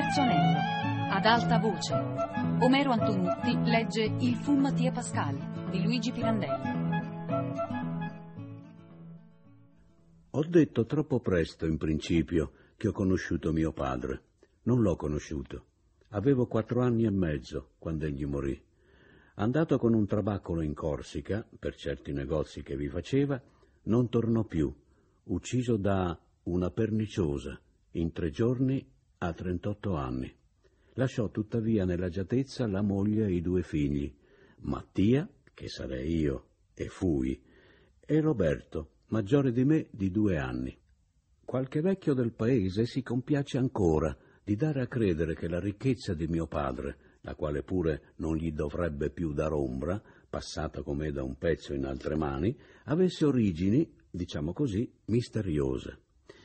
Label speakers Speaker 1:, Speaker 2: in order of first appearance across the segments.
Speaker 1: terzo anello. Ad alta voce. Omero Antonutti legge Il fu Mattia Pascal di Luigi Pirandelli.
Speaker 2: Ho detto troppo presto in principio che ho conosciuto mio padre. Non l'ho conosciuto. Avevo 4 anni e mezzo quando egli morì. Andato con un trabaccolo in Corsica, per certi negozi che vi faceva, non tornò più, ucciso da una perniciosa, in 3 giorni a 38 anni. Lasciò tuttavia nell'agiatezza la moglie e i 2 figli, Mattia, che sarei io e fui, e Roberto, maggiore di me di 2 anni. Qualche vecchio del paese si compiace ancora di dare a credere che la ricchezza di mio padre, la quale pure non gli dovrebbe più dar ombra, passata com'è da un pezzo in altre mani, avesse origini, diciamo così, misteriose.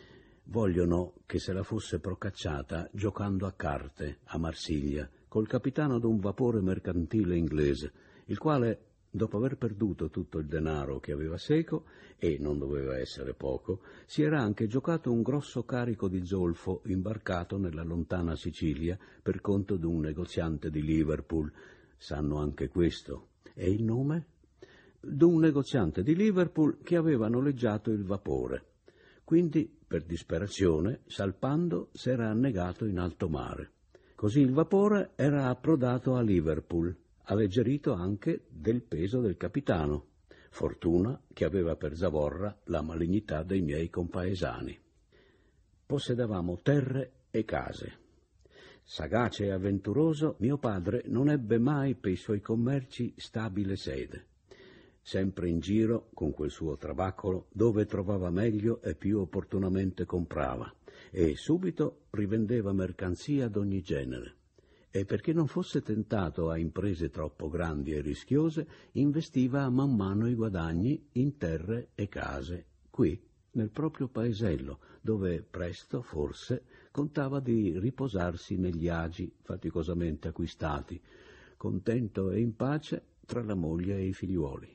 Speaker 2: Vogliono che se la fosse procacciata giocando a carte a Marsiglia col capitano d'un vapore mercantile inglese, il quale, dopo aver perduto tutto il denaro che aveva seco, e non doveva essere poco, si era anche giocato un grosso carico di zolfo imbarcato nella lontana Sicilia per conto d'un negoziante di Liverpool. Sanno anche questo. E il nome? D'un negoziante di Liverpool che aveva noleggiato il vapore. Quindi, per disperazione, salpando, s'era annegato in alto mare. Così il vapore era approdato a Liverpool, alleggerito anche del peso del capitano, fortuna che aveva per zavorra la malignità dei miei compaesani. Possedevamo terre e case. Sagace e avventuroso, mio padre non ebbe mai per i suoi commerci stabile sede. Sempre in giro con quel suo trabaccolo, dove trovava meglio e più opportunamente comprava, e subito rivendeva mercanzia d'ogni genere. E perché non fosse tentato a imprese troppo grandi e rischiose, investiva a man mano i guadagni in terre e case, qui, nel proprio paesello, dove presto, forse, contava di riposarsi negli agi faticosamente acquistati, contento e in pace tra la moglie e i figliuoli.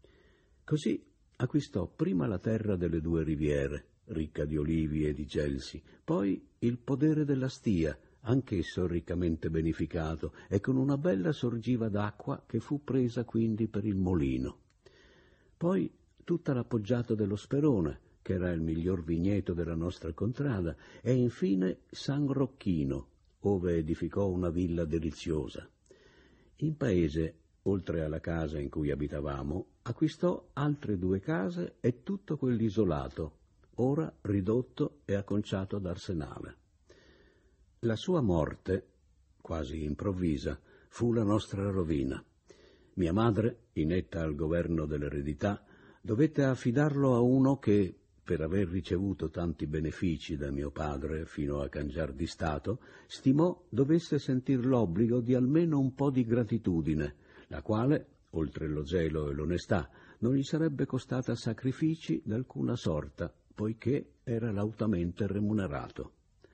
Speaker 2: Così acquistò prima la terra delle 2 riviere, ricca di olivi e di gelsi, poi il podere della Stia, anch'esso riccamente beneficato, e con una bella sorgiva d'acqua che fu presa quindi per il molino. Poi tutta la poggiata dello Sperone, che era il miglior vigneto della nostra contrada, e infine San Rocchino, ove edificò una villa deliziosa. In paese, oltre alla casa in cui abitavamo, acquistò altre 2 case e tutto quell'isolato, ora ridotto e acconciato ad arsenale. La sua morte, quasi improvvisa, fu la nostra rovina. Mia madre, inetta al governo dell'eredità, dovette affidarlo a uno che, per aver ricevuto tanti benefici da mio padre fino a cangiar di stato, stimò dovesse sentir l'obbligo di almeno un po' di gratitudine, la quale, oltre lo zelo e l'onestà, non gli sarebbe costata sacrifici d'alcuna sorta, poiché era lautamente remunerato.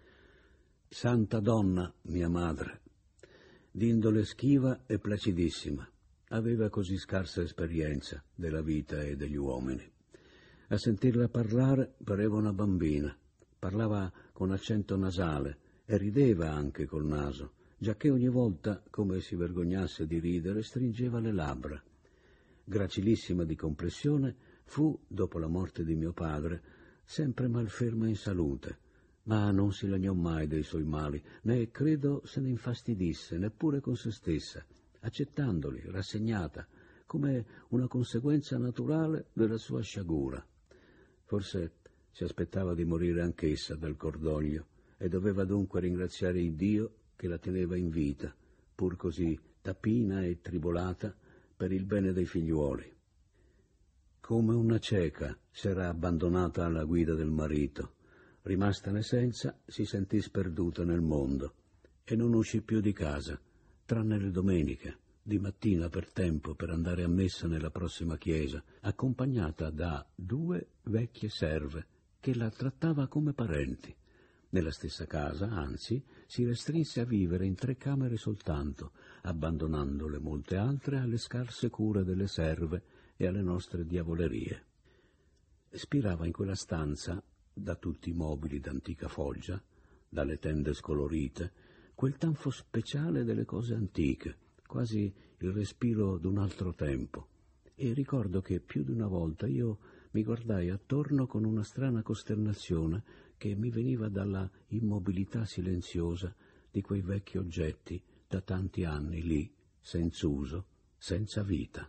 Speaker 2: Santa donna, mia madre, d'indole schiva e placidissima, aveva così scarsa esperienza della vita e degli uomini. A sentirla parlare pareva una bambina, parlava con accento nasale e rideva anche col naso, giacché ogni volta, come si vergognasse di ridere, stringeva le labbra. Gracilissima di complessione, fu, dopo la morte di mio padre, sempre malferma in salute, ma non si lagnò mai dei suoi mali, né credo se ne infastidisse, neppure con se stessa, accettandoli, rassegnata, come una conseguenza naturale della sua sciagura. Forse si aspettava di morire anch'essa dal cordoglio e doveva dunque ringraziare il Dio che la teneva in vita, pur così tapina e tribolata, per il bene dei figliuoli. Come una cieca s'era abbandonata alla guida del marito. Rimastane senza, si sentì sperduta nel mondo e non uscì più di casa, tranne le domeniche, di mattina per tempo per andare a messa nella prossima chiesa, accompagnata da 2 vecchie serve che la trattava come parenti. Nella stessa casa, anzi, si restrinse a vivere in 3 camere soltanto, abbandonando le molte altre alle scarse cure delle serve e alle nostre diavolerie. Spirava in quella stanza, da tutti i mobili d'antica foggia, dalle tende scolorite, quel tanfo speciale delle cose antiche, quasi il respiro d'un altro tempo. E ricordo che più di una volta io mi guardai attorno con una strana costernazione che mi veniva dalla immobilità silenziosa di quei vecchi oggetti da tanti anni lì, senza uso, senza vita.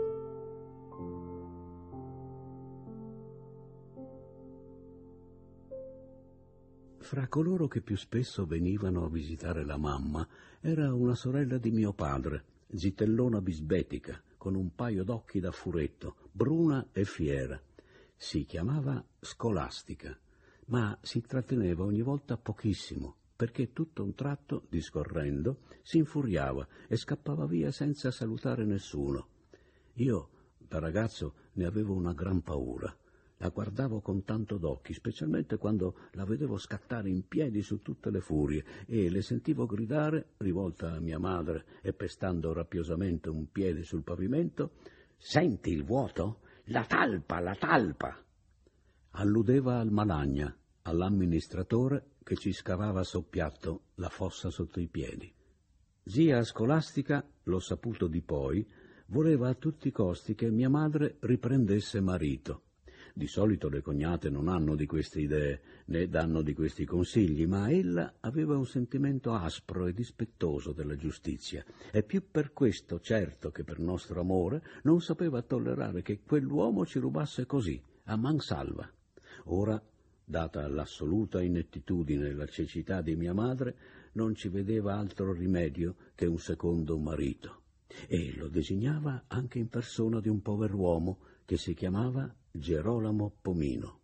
Speaker 2: Fra coloro che più spesso venivano a visitare la mamma era una sorella di mio padre, zitellona bisbetica, con un paio d'occhi da furetto, bruna e fiera. Si chiamava Scolastica, ma si tratteneva ogni volta pochissimo, perché tutto un tratto, discorrendo, si infuriava e scappava via senza salutare nessuno. Io, da ragazzo, ne avevo una gran paura. La guardavo con tanto d'occhi, specialmente quando la vedevo scattare in piedi su tutte le furie e le sentivo gridare, rivolta a mia madre e pestando rappiosamente un piede sul pavimento: «Senti il vuoto? La talpa, la talpa!» Alludeva al Malagna, all'amministratore che ci scavava soppiatto la fossa sotto i piedi. Zia Scolastica, l'ho saputo di poi, voleva a tutti i costi che mia madre riprendesse marito. Di solito le cognate non hanno di queste idee, né danno di questi consigli, ma ella aveva un sentimento aspro e dispettoso della giustizia, e più per questo certo che per nostro amore non sapeva tollerare che quell'uomo ci rubasse così, a man salva. Ora, data l'assoluta inettitudine e la cecità di mia madre, non ci vedeva altro rimedio che un secondo marito, e lo designava anche in persona di un pover'uomo che si chiamava Gerolamo Pomino.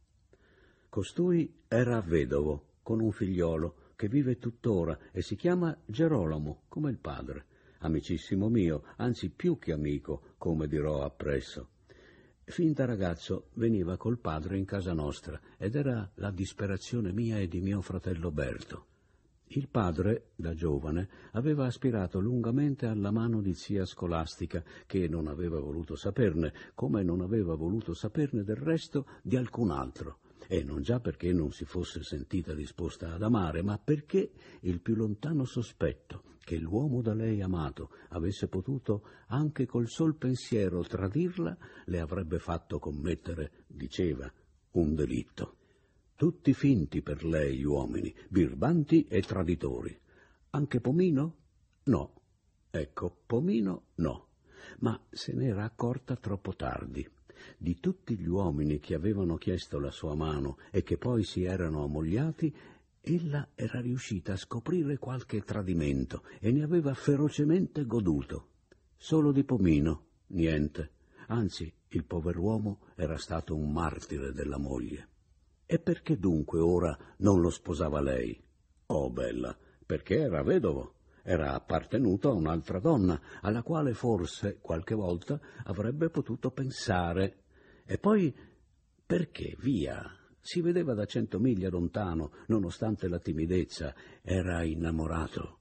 Speaker 2: Costui era vedovo, con un figliolo che vive tuttora e si chiama Gerolamo, come il padre, amicissimo mio, anzi più che amico, come dirò appresso. Fin da ragazzo veniva col padre in casa nostra ed era la disperazione mia e di mio fratello Berto. Il padre, da giovane, aveva aspirato lungamente alla mano di zia Scolastica, che non aveva voluto saperne, come non aveva voluto saperne del resto di alcun altro, e non già perché non si fosse sentita disposta ad amare, ma perché il più lontano sospetto che l'uomo da lei amato avesse potuto anche col sol pensiero tradirla le avrebbe fatto commettere, diceva, un delitto. Tutti finti per lei gli uomini, birbanti e traditori. Anche Pomino? No. Ecco, Pomino no. Ma se n'era accorta troppo tardi. Di tutti gli uomini che avevano chiesto la sua mano e che poi si erano ammogliati, ella era riuscita a scoprire qualche tradimento e ne aveva ferocemente goduto. Solo di Pomino, niente. Anzi, il pover'uomo era stato un martire della moglie. E perché dunque ora non lo sposava lei? Oh, bella, perché era vedovo, era appartenuto a un'altra donna, alla quale forse qualche volta avrebbe potuto pensare. E poi perché, via, si vedeva da 100 miglia lontano, nonostante la timidezza, era innamorato,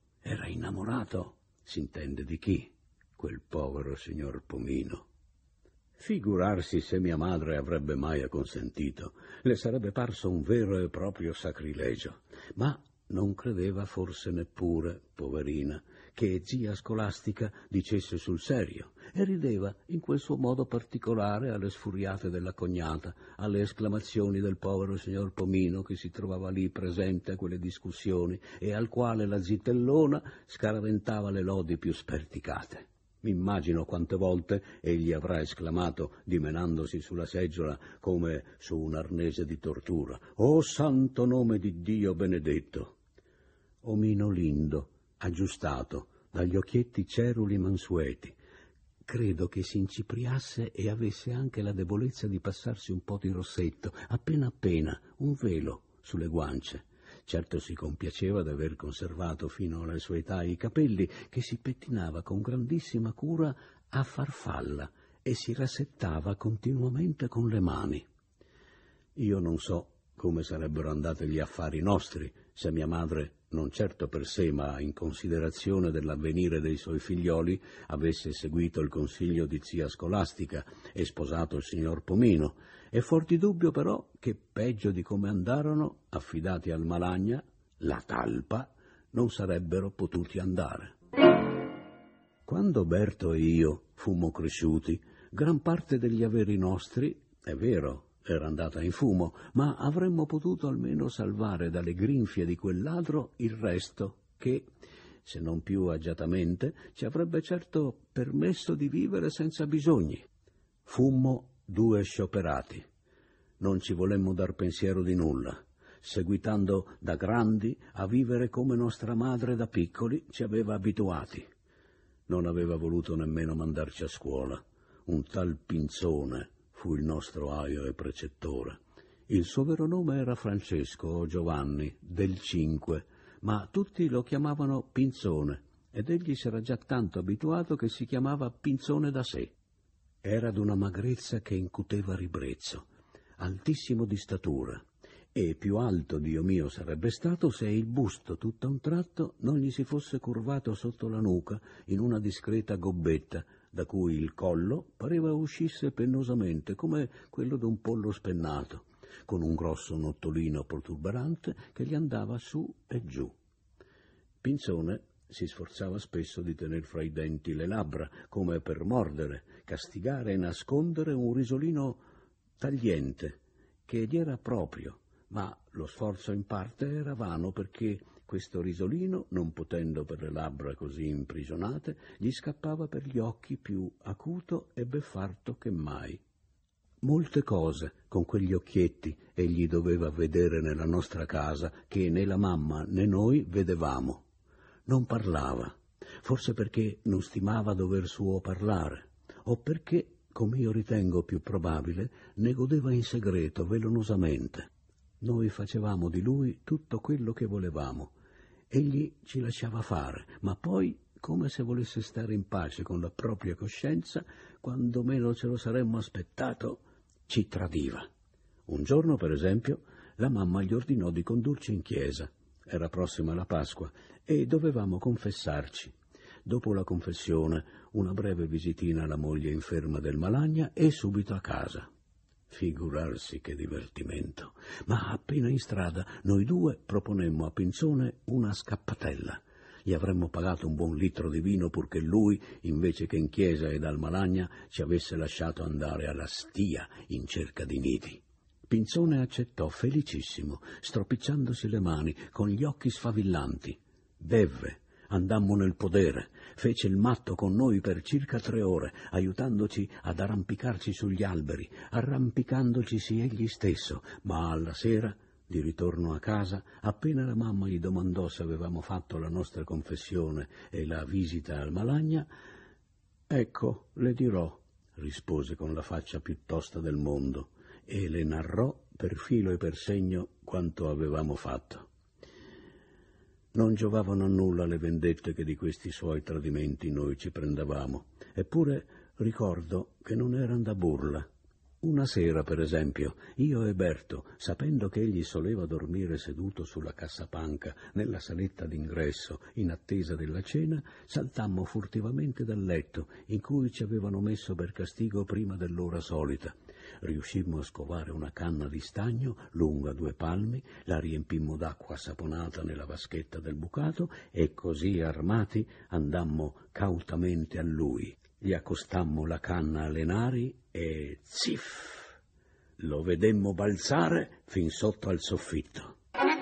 Speaker 2: s'intende di chi? Quel povero signor Pomino. Figurarsi se mia madre avrebbe mai acconsentito, le sarebbe parso un vero e proprio sacrilegio, ma non credeva forse neppure, poverina, che zia Scolastica dicesse sul serio, e rideva in quel suo modo particolare alle sfuriate della cognata, alle esclamazioni del povero signor Pomino che si trovava lì presente a quelle discussioni e al quale la zitellona scaraventava le lodi più sperticate. M'immagino quante volte egli avrà esclamato, dimenandosi sulla seggiola come su un arnese di tortura: «Oh santo nome di Dio benedetto!» Omino lindo, aggiustato, dagli occhietti ceruli mansueti. Credo che si incipriasse e avesse anche la debolezza di passarsi un po' di rossetto, appena, un velo sulle guance. Certo si compiaceva d'aver conservato fino alla sua età i capelli, che si pettinava con grandissima cura a farfalla e si rassettava continuamente con le mani. Io non so come sarebbero andati gli affari nostri se mia madre, non certo per sé ma in considerazione dell'avvenire dei suoi figlioli, avesse seguito il consiglio di zia Scolastica e sposato il signor Pomino. È forte dubbio però che, peggio di come andarono, affidati al Malagna, la talpa, non sarebbero potuti andare. Quando Berto e io fummo cresciuti, gran parte degli averi nostri, è vero, era andata in fumo, ma avremmo potuto almeno salvare dalle grinfie di quel ladro il resto che, se non più agiatamente, ci avrebbe certo permesso di vivere senza bisogni. Fummo 2 scioperati. Non ci volemmo dar pensiero di nulla, seguitando da grandi a vivere come nostra madre da piccoli ci aveva abituati. Non aveva voluto nemmeno mandarci a scuola. Un tal Pinzone fu il nostro aio e precettore. Il suo vero nome era Francesco o Giovanni, del 5, ma tutti lo chiamavano Pinzone, ed egli si era già tanto abituato che si chiamava Pinzone da sé. Era d'una magrezza che incuteva ribrezzo, altissimo di statura, e più alto, Dio mio, sarebbe stato se il busto, tutto a un tratto, non gli si fosse curvato sotto la nuca in una discreta gobbetta, da cui il collo pareva uscisse pennosamente, come quello d'un pollo spennato, con un grosso nottolino protuberante che gli andava su e giù. Pinzone si sforzava spesso di tener fra i denti le labbra, come per mordere, castigare e nascondere un risolino tagliente, che gli era proprio, ma lo sforzo in parte era vano perché questo risolino, non potendo per le labbra così imprigionate, gli scappava per gli occhi più acuto e beffardo che mai. Molte cose con quegli occhietti egli doveva vedere nella nostra casa che né la mamma né noi vedevamo. Non parlava, forse perché non stimava dover suo parlare, o perché, come io ritengo più probabile, ne godeva in segreto, velonosamente. Noi facevamo di lui tutto quello che volevamo. Egli ci lasciava fare, ma poi, come se volesse stare in pace con la propria coscienza, quando meno ce lo saremmo aspettato, ci tradiva. Un giorno, per esempio, la mamma gli ordinò di condurci in chiesa. Era prossima la Pasqua e dovevamo confessarci. Dopo la confessione, una breve visitina alla moglie inferma del Malagna e subito a casa. Figurarsi che divertimento! Ma appena in strada noi due proponemmo a Pinzone una scappatella. Gli avremmo pagato un buon litro di vino purché lui, invece che in chiesa e dal Malagna, ci avesse lasciato andare alla stia in cerca di nidi. Pinzone accettò felicissimo, stropicciandosi le mani, con gli occhi sfavillanti. Bevve, andammo nel podere, fece il matto con noi per circa 3 ore, aiutandoci ad arrampicarci sugli alberi, arrampicandocisi egli stesso, ma alla sera, di ritorno a casa, appena la mamma gli domandò se avevamo fatto la nostra confessione e la visita al Malagna, «Ecco, le dirò», rispose con la faccia più tosta del mondo, e le narrò per filo e per segno quanto avevamo fatto. Non giovavano a nulla le vendette che di questi suoi tradimenti noi ci prendevamo, eppure ricordo che non eran da burla. Una sera, per esempio, io e Berto, sapendo che egli soleva dormire seduto sulla cassapanca nella saletta d'ingresso in attesa della cena, saltammo furtivamente dal letto in cui ci avevano messo per castigo prima dell'ora solita. Riuscimmo a scovare una canna di stagno lunga 2 palmi, la riempimmo d'acqua saponata nella vaschetta del bucato e così armati andammo cautamente a lui. Gli accostammo la canna alle nari e zif! Lo vedemmo balzare fin sotto al soffitto.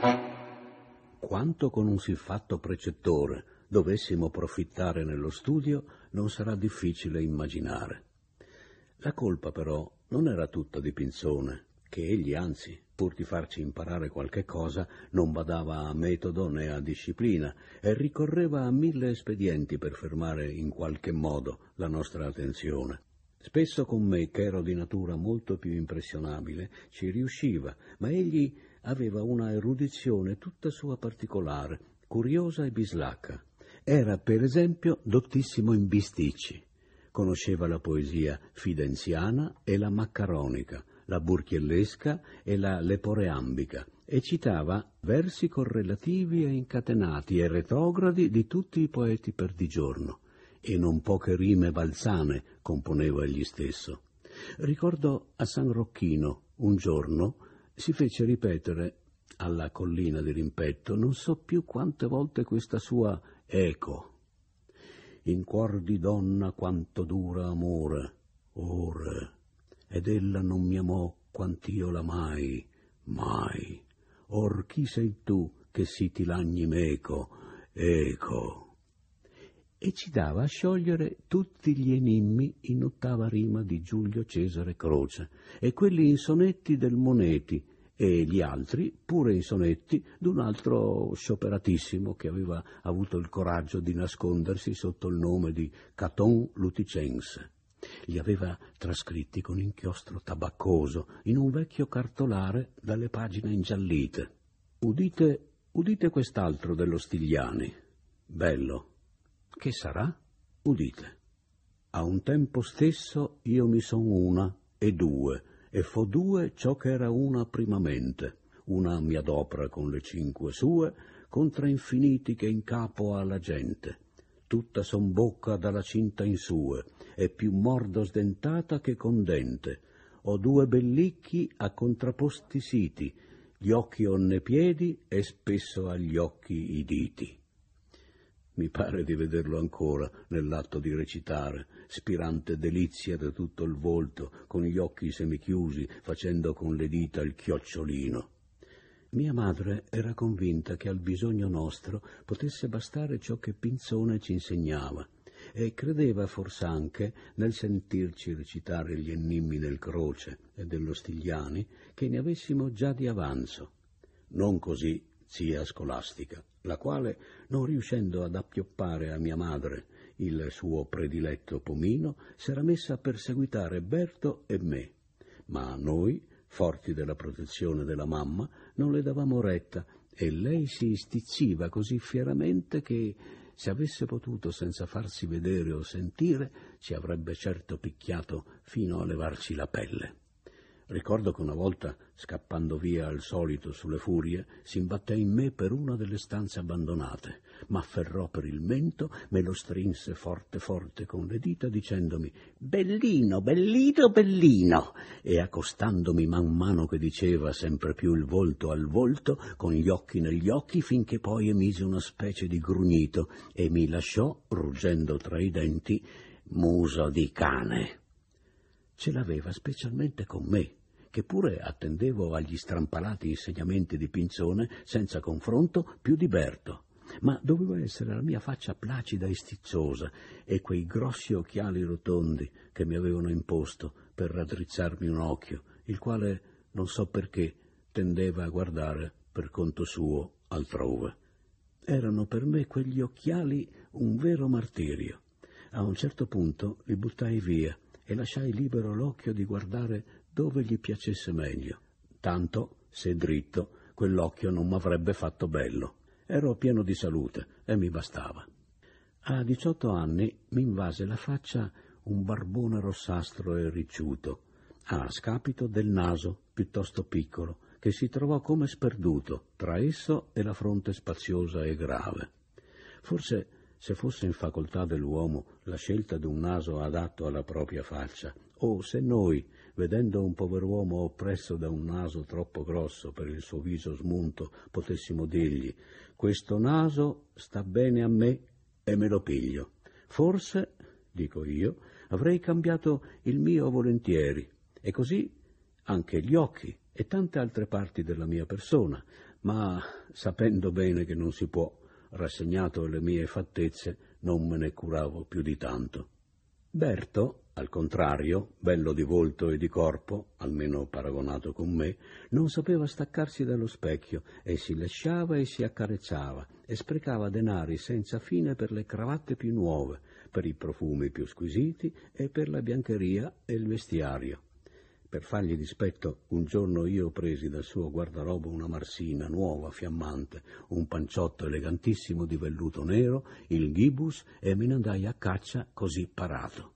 Speaker 2: Quanto con un siffatto precettore dovessimo profittare nello studio non sarà difficile immaginare. La colpa però non era tutta di Pinzone, che egli anzi, pur di farci imparare qualche cosa, non badava a metodo né a disciplina e ricorreva a 1000 espedienti per fermare in qualche modo la nostra attenzione. Spesso con me, che ero di natura molto più impressionabile, ci riusciva, ma egli aveva una erudizione tutta sua particolare, curiosa e bislacca. Era, per esempio, dottissimo in bisticci. Conosceva la poesia fidenziana e la maccaronica, la burchiellesca e la leporeambica, e citava versi correlativi e incatenati e retrogradi di tutti i poeti perdigiorno, e non poche rime balzane componeva egli stesso. Ricordo a San Rocchino, un giorno, si fece ripetere alla collina di rimpetto, non so più quante volte questa sua eco. In cuor di donna quanto dura amore, ore, ed ella non mi amò quant'io l'amai, mai. Or chi sei tu che si ti lagni meco, eco? E ci dava a sciogliere tutti gli enimmi in ottava rima di Giulio Cesare Croce, e quelli in sonetti del Moneti, e gli altri pure in sonetti d'un altro scioperatissimo che aveva avuto il coraggio di nascondersi sotto il nome di Caton Luticense. Li aveva trascritti con inchiostro tabaccoso in un vecchio cartolare dalle pagine ingiallite. Udite quest'altro dello Stigliani, bello. Che sarà? Udite. A un tempo stesso io mi son una e due, e fo due ciò che era una primamente. Una mi adopra con le 5 sue, contra infiniti che in capo ha la gente. Tutta son bocca dalla cinta in sue, e più mordo sdentata che con dente. Ho 2 bellicchi a contrapposti siti, gli occhi onne piedi e spesso agli occhi i diti. Mi pare di vederlo ancora nell'atto di recitare, spirante delizia da tutto il volto, con gli occhi semichiusi, facendo con le dita il chiocciolino. Mia madre era convinta che al bisogno nostro potesse bastare ciò che Pinzone ci insegnava, e credeva fors'anche, nel sentirci recitare gli enimmi del Croce e dello Stigliani, che ne avessimo già di avanzo. Non così zia Scolastica, la quale, non riuscendo ad appioppare a mia madre il suo prediletto pomino, s'era messa a perseguitare Berto e me, ma noi, forti della protezione della mamma, non le davamo retta, e lei si stizziva così fieramente che, se avesse potuto senza farsi vedere o sentire, ci avrebbe certo picchiato fino a levarci la pelle. Ricordo che una volta, scappando via al solito sulle furie, si imbatté in me per una delle stanze abbandonate, m'afferrò per il mento, me lo strinse forte forte con le dita, dicendomi «Bellino, bellino, bellino!» e accostandomi man mano che diceva sempre più il volto al volto, con gli occhi negli occhi, finché poi emise una specie di grugnito e mi lasciò, ruggendo tra i denti, muso di cane. Ce l'aveva specialmente con me, che pure attendevo agli strampalati insegnamenti di Pinzone senza confronto più di Berto, ma doveva essere la mia faccia placida e stizzosa e quei grossi occhiali rotondi che mi avevano imposto per raddrizzarmi un occhio, il quale, non so perché, tendeva a guardare per conto suo altrove. Erano per me quegli occhiali un vero martirio. A un certo punto li buttai via e lasciai libero l'occhio di guardare dove gli piacesse meglio. Tanto, se dritto, quell'occhio non m'avrebbe fatto bello. Ero pieno di salute e mi bastava. A 18 anni mi invase la faccia un barbone rossastro e ricciuto, a scapito del naso piuttosto piccolo, che si trovò come sperduto tra esso e la fronte spaziosa e grave. Forse, se fosse in facoltà dell'uomo la scelta d'un naso adatto alla propria faccia, o se noi, vedendo un pover'uomo oppresso da un naso troppo grosso per il suo viso smunto, potessimo dirgli «Questo naso sta bene a me e me lo piglio», forse, dico io, avrei cambiato il mio volentieri, e così anche gli occhi e tante altre parti della mia persona, ma sapendo bene che non si può, rassegnato alle mie fattezze, non me ne curavo più di tanto. Berto, al contrario, bello di volto e di corpo, almeno paragonato con me, non sapeva staccarsi dallo specchio e si lesciava e si accarezzava e sprecava denari senza fine per le cravatte più nuove, per i profumi più squisiti e per la biancheria e il vestiario. Per fargli dispetto, un giorno io presi dal suo guardaroba una marsina nuova, fiammante, un panciotto elegantissimo di velluto nero, il ghibus, e me ne andai a caccia così parato.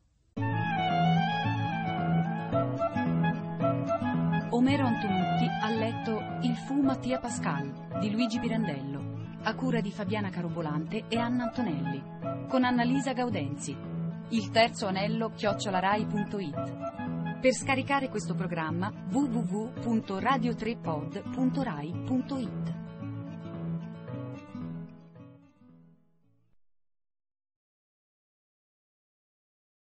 Speaker 1: Omero Antonutti ha letto Il fu Mattia Pascal di Luigi Pirandello, a cura di Fabiana Carobolante e Anna Antonelli, con Annalisa Gaudenzi. Il terzo anello @rai.it. Per scaricare questo programma www.radio3pod.rai.it.